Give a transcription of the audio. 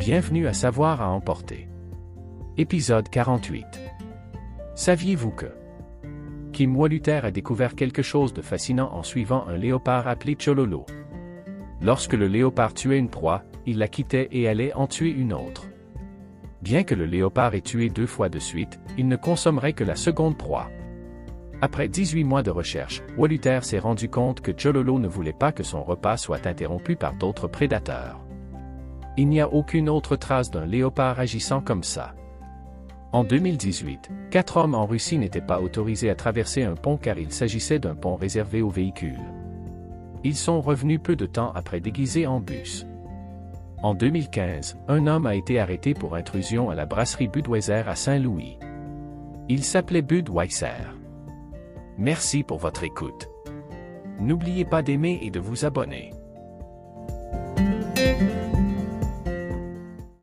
Bienvenue à Savoir à emporter. Épisode 48. Saviez-vous que Kim Waluter a découvert quelque chose de fascinant en suivant un léopard appelé Chololo. Lorsque le léopard tuait une proie, il la quittait et allait en tuer une autre. Bien que le léopard ait tué 2 fois de suite, il ne consommerait que la seconde proie. Après 18 mois de recherche, Waluter s'est rendu compte que Chololo ne voulait pas que son repas soit interrompu par d'autres prédateurs. Il n'y a aucune autre trace d'un léopard agissant comme ça. En 2018, 4 hommes en Russie n'étaient pas autorisés à traverser un pont car il s'agissait d'un pont réservé aux véhicules. Ils sont revenus peu de temps après déguisés en bus. En 2015, un homme a été arrêté pour intrusion à la brasserie Budweiser à Saint-Louis. Il s'appelait Budweiser. Merci pour votre écoute. N'oubliez pas d'aimer et de vous abonner.